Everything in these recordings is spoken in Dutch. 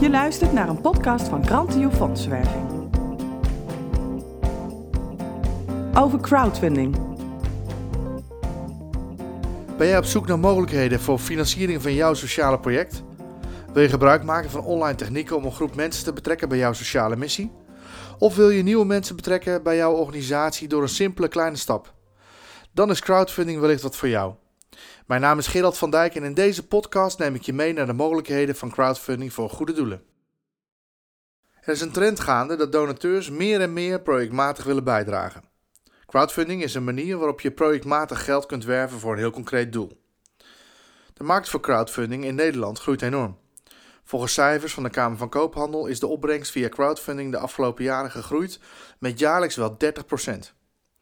Je luistert naar een podcast van Grantio Fondsenwerving. Over crowdfunding. Ben jij op zoek naar mogelijkheden voor financiering van jouw sociale project? Wil je gebruik maken van online technieken om een groep mensen te betrekken bij jouw sociale missie? Of wil je nieuwe mensen betrekken bij jouw organisatie door een simpele kleine stap? Dan is crowdfunding wellicht wat voor jou. Mijn naam is Gerald van Dijk en in deze podcast neem ik je mee naar de mogelijkheden van crowdfunding voor goede doelen. Er is een trend gaande dat donateurs meer en meer projectmatig willen bijdragen. Crowdfunding is een manier waarop je projectmatig geld kunt werven voor een heel concreet doel. De markt voor crowdfunding in Nederland groeit enorm. Volgens cijfers van de Kamer van Koophandel is de opbrengst via crowdfunding de afgelopen jaren gegroeid met jaarlijks wel 30%.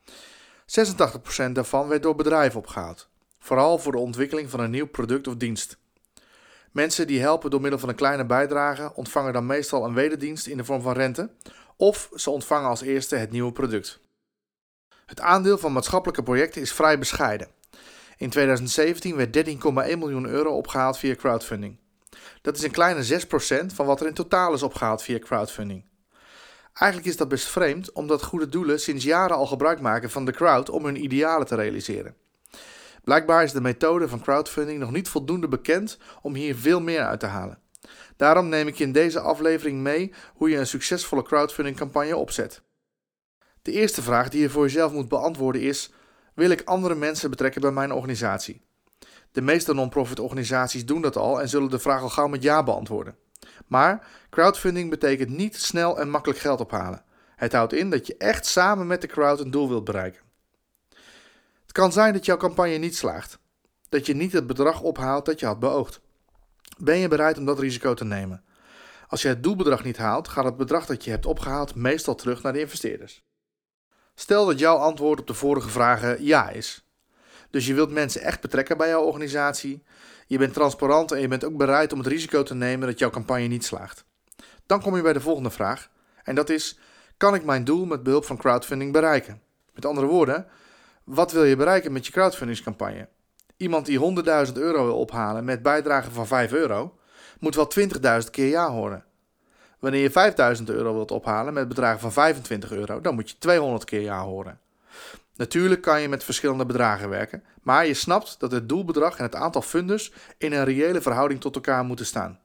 86% daarvan werd door bedrijven opgehaald, vooral voor de ontwikkeling van een nieuw product of dienst. Mensen die helpen door middel van een kleine bijdrage ontvangen dan meestal een wederdienst in de vorm van rente, of ze ontvangen als eerste het nieuwe product. Het aandeel van maatschappelijke projecten is vrij bescheiden. In 2017 werd 13,1 miljoen euro opgehaald via crowdfunding. Dat is een kleine 6% van wat er in totaal is opgehaald via crowdfunding. Eigenlijk is dat best vreemd, omdat goede doelen sinds jaren al gebruik maken van de crowd om hun idealen te realiseren. Blijkbaar is de methode van crowdfunding nog niet voldoende bekend om hier veel meer uit te halen. Daarom neem ik je in deze aflevering mee hoe je een succesvolle crowdfundingcampagne opzet. De eerste vraag die je voor jezelf moet beantwoorden is: wil ik andere mensen betrekken bij mijn organisatie? De meeste non-profit organisaties doen dat al en zullen de vraag al gauw met ja beantwoorden. Maar crowdfunding betekent niet snel en makkelijk geld ophalen. Het houdt in dat je echt samen met de crowd een doel wilt bereiken. Het kan zijn dat jouw campagne niet slaagt. Dat je niet het bedrag ophaalt dat je had beoogd. Ben je bereid om dat risico te nemen? Als je het doelbedrag niet haalt, gaat het bedrag dat je hebt opgehaald meestal terug naar de investeerders. Stel dat jouw antwoord op de vorige vragen ja is. Dus je wilt mensen echt betrekken bij jouw organisatie. Je bent transparant en je bent ook bereid om het risico te nemen dat jouw campagne niet slaagt. Dan kom je bij de volgende vraag. En dat is: kan ik mijn doel met behulp van crowdfunding bereiken? Met andere woorden, wat wil je bereiken met je crowdfundingscampagne? Iemand die 100.000 euro wil ophalen met bijdrage van 5 euro, moet wel 20.000 keer ja horen. Wanneer je 5.000 euro wilt ophalen met bedragen van 25 euro, dan moet je 200 keer ja horen. Natuurlijk kan je met verschillende bedragen werken, maar je snapt dat het doelbedrag en het aantal funders in een reële verhouding tot elkaar moeten staan.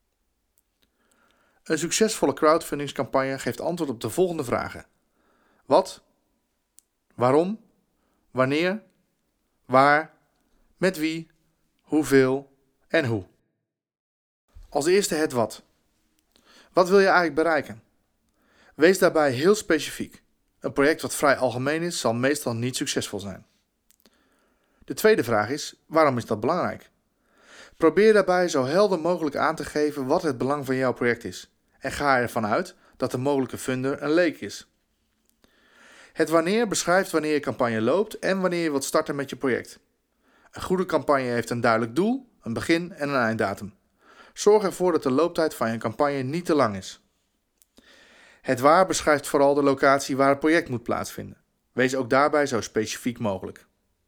Een succesvolle crowdfundingscampagne geeft antwoord op de volgende vragen: wat? Waarom? Wanneer? Waar? Met wie? Hoeveel? En hoe? Als eerste het wat. Wat wil je eigenlijk bereiken? Wees daarbij heel specifiek. Een project wat vrij algemeen is, zal meestal niet succesvol zijn. De tweede vraag is: waarom is dat belangrijk? Probeer daarbij zo helder mogelijk aan te geven wat het belang van jouw project is. En ga ervan uit dat de mogelijke funder een leek is. Het wanneer beschrijft wanneer je campagne loopt en wanneer je wilt starten met je project. Een goede campagne heeft een duidelijk doel, een begin en een einddatum. Zorg ervoor dat de looptijd van je campagne niet te lang is. Het waar beschrijft vooral de locatie waar het project moet plaatsvinden. Wees ook daarbij zo specifiek mogelijk.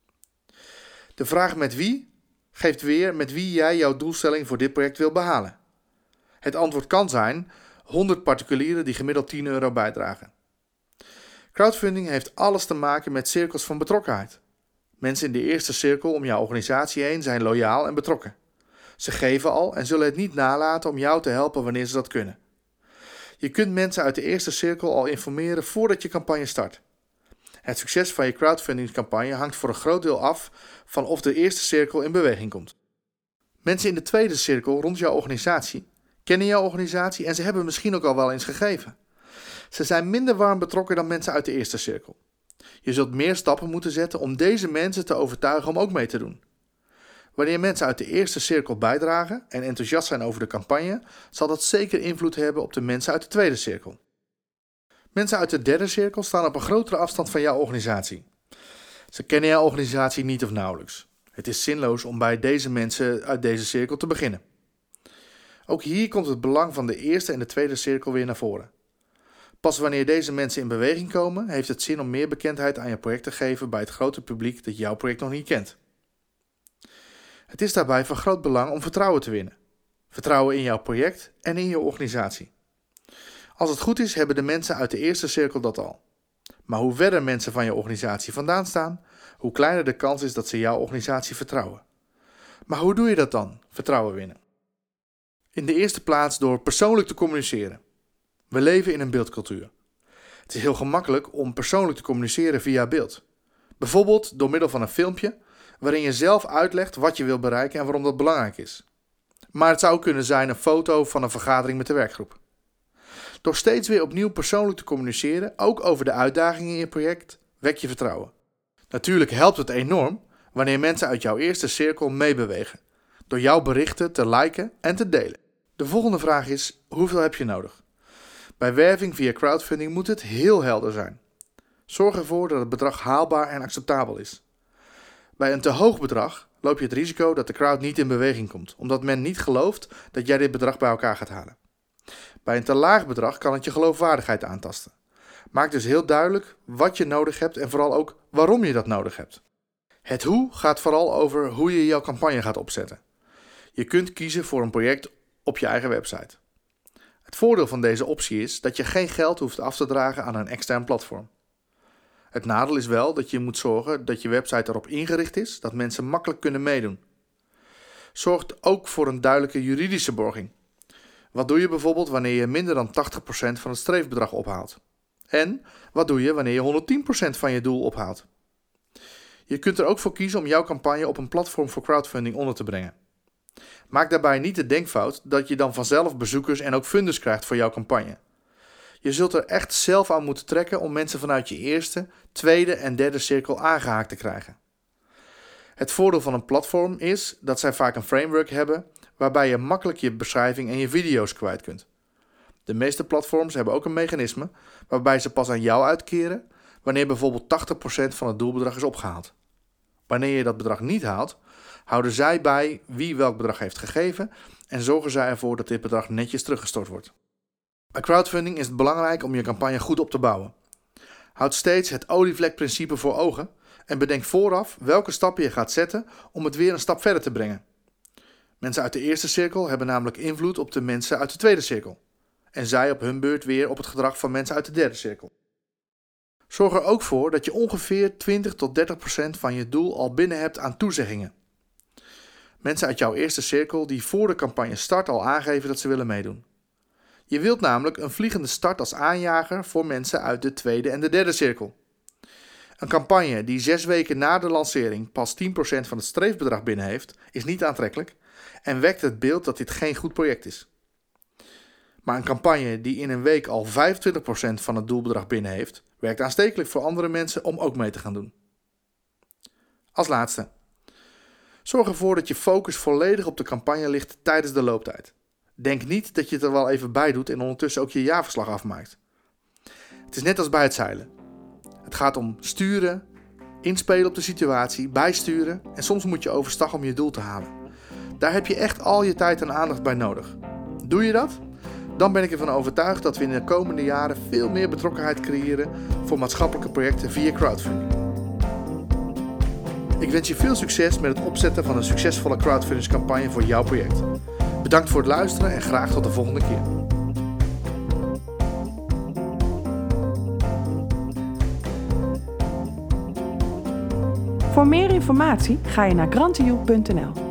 De vraag met wie geeft weer met wie jij jouw doelstelling voor dit project wil behalen. Het antwoord kan zijn 100 particulieren die gemiddeld 10 euro bijdragen. Crowdfunding heeft alles te maken met cirkels van betrokkenheid. Mensen in de eerste cirkel om jouw organisatie heen zijn loyaal en betrokken. Ze geven al en zullen het niet nalaten om jou te helpen wanneer ze dat kunnen. Je kunt mensen uit de eerste cirkel al informeren voordat je campagne start. Het succes van je crowdfundingscampagne hangt voor een groot deel af van of de eerste cirkel in beweging komt. Mensen in de tweede cirkel rond jouw organisatie kennen jouw organisatie en ze hebben misschien ook al wel eens gegeven. Ze zijn minder warm betrokken dan mensen uit de eerste cirkel. Je zult meer stappen moeten zetten om deze mensen te overtuigen om ook mee te doen. Wanneer mensen uit de eerste cirkel bijdragen en enthousiast zijn over de campagne, zal dat zeker invloed hebben op de mensen uit de tweede cirkel. Mensen uit de derde cirkel staan op een grotere afstand van jouw organisatie. Ze kennen jouw organisatie niet of nauwelijks. Het is zinloos om bij deze mensen uit deze cirkel te beginnen. Ook hier komt het belang van de eerste en de tweede cirkel weer naar voren. Pas wanneer deze mensen in beweging komen, heeft het zin om meer bekendheid aan je project te geven bij het grote publiek dat jouw project nog niet kent. Het is daarbij van groot belang om vertrouwen te winnen. Vertrouwen in jouw project en in je organisatie. Als het goed is, hebben de mensen uit de eerste cirkel dat al. Maar hoe verder mensen van je organisatie vandaan staan, hoe kleiner de kans is dat ze jouw organisatie vertrouwen. Maar hoe doe je dat dan, vertrouwen winnen? In de eerste plaats door persoonlijk te communiceren. We leven in een beeldcultuur. Het is heel gemakkelijk om persoonlijk te communiceren via beeld. Bijvoorbeeld door middel van een filmpje waarin je zelf uitlegt wat je wil bereiken en waarom dat belangrijk is. Maar het zou kunnen zijn een foto van een vergadering met de werkgroep. Door steeds weer opnieuw persoonlijk te communiceren, ook over de uitdagingen in je project, wek je vertrouwen. Natuurlijk helpt het enorm wanneer mensen uit jouw eerste cirkel meebewegen, door jouw berichten te liken en te delen. De volgende vraag is, hoeveel heb je nodig? Bij werving via crowdfunding moet het heel helder zijn. Zorg ervoor dat het bedrag haalbaar en acceptabel is. Bij een te hoog bedrag loop je het risico dat de crowd niet in beweging komt, omdat men niet gelooft dat jij dit bedrag bij elkaar gaat halen. Bij een te laag bedrag kan het je geloofwaardigheid aantasten. Maak dus heel duidelijk wat je nodig hebt en vooral ook waarom je dat nodig hebt. Het hoe gaat vooral over hoe je jouw campagne gaat opzetten. Je kunt kiezen voor een project op je eigen website. Het voordeel van deze optie is dat je geen geld hoeft af te dragen aan een extern platform. Het nadeel is wel dat je moet zorgen dat je website erop ingericht is dat mensen makkelijk kunnen meedoen. Zorg ook voor een duidelijke juridische borging. Wat doe je bijvoorbeeld wanneer je minder dan 80% van het streefbedrag ophaalt? En wat doe je wanneer je 110% van je doel ophaalt? Je kunt er ook voor kiezen om jouw campagne op een platform voor crowdfunding onder te brengen. Maak daarbij niet de denkfout dat je dan vanzelf bezoekers en ook funders krijgt voor jouw campagne. Je zult er echt zelf aan moeten trekken om mensen vanuit je eerste, tweede en derde cirkel aangehaakt te krijgen. Het voordeel van een platform is dat zij vaak een framework hebben waarbij je makkelijk je beschrijving en je video's kwijt kunt. De meeste platforms hebben ook een mechanisme waarbij ze pas aan jou uitkeren wanneer bijvoorbeeld 80% van het doelbedrag is opgehaald. Wanneer je dat bedrag niet haalt, houden zij bij wie welk bedrag heeft gegeven en zorgen zij ervoor dat dit bedrag netjes teruggestort wordt. Bij crowdfunding is het belangrijk om je campagne goed op te bouwen. Houd steeds het olievlekprincipe voor ogen en bedenk vooraf welke stappen je gaat zetten om het weer een stap verder te brengen. Mensen uit de eerste cirkel hebben namelijk invloed op de mensen uit de tweede cirkel. En zij op hun beurt weer op het gedrag van mensen uit de derde cirkel. Zorg er ook voor dat je ongeveer 20-30% van je doel al binnen hebt aan toezeggingen. Mensen uit jouw eerste cirkel die voor de campagne start al aangeven dat ze willen meedoen. Je wilt namelijk een vliegende start als aanjager voor mensen uit de tweede en de derde cirkel. Een campagne die 6 weken na de lancering pas 10% van het streefbedrag binnen heeft, is niet aantrekkelijk en wekt het beeld dat dit geen goed project is. Maar een campagne die in een week al 25% van het doelbedrag binnen heeft, werkt aanstekelijk voor andere mensen om ook mee te gaan doen. Als laatste. Zorg ervoor dat je focus volledig op de campagne ligt tijdens de looptijd. Denk niet dat je het er wel even bij doet en ondertussen ook je jaarverslag afmaakt. Het is net als bij het zeilen. Het gaat om sturen, inspelen op de situatie, bijsturen en soms moet je overstag om je doel te halen. Daar heb je echt al je tijd en aandacht bij nodig. Doe je dat? Dan ben ik ervan overtuigd dat we in de komende jaren veel meer betrokkenheid creëren voor maatschappelijke projecten via crowdfunding. Ik wens je veel succes met het opzetten van een succesvolle crowdfundingscampagne voor jouw project. Bedankt voor het luisteren en graag tot de volgende keer. Voor meer informatie ga je naar granteu.nl.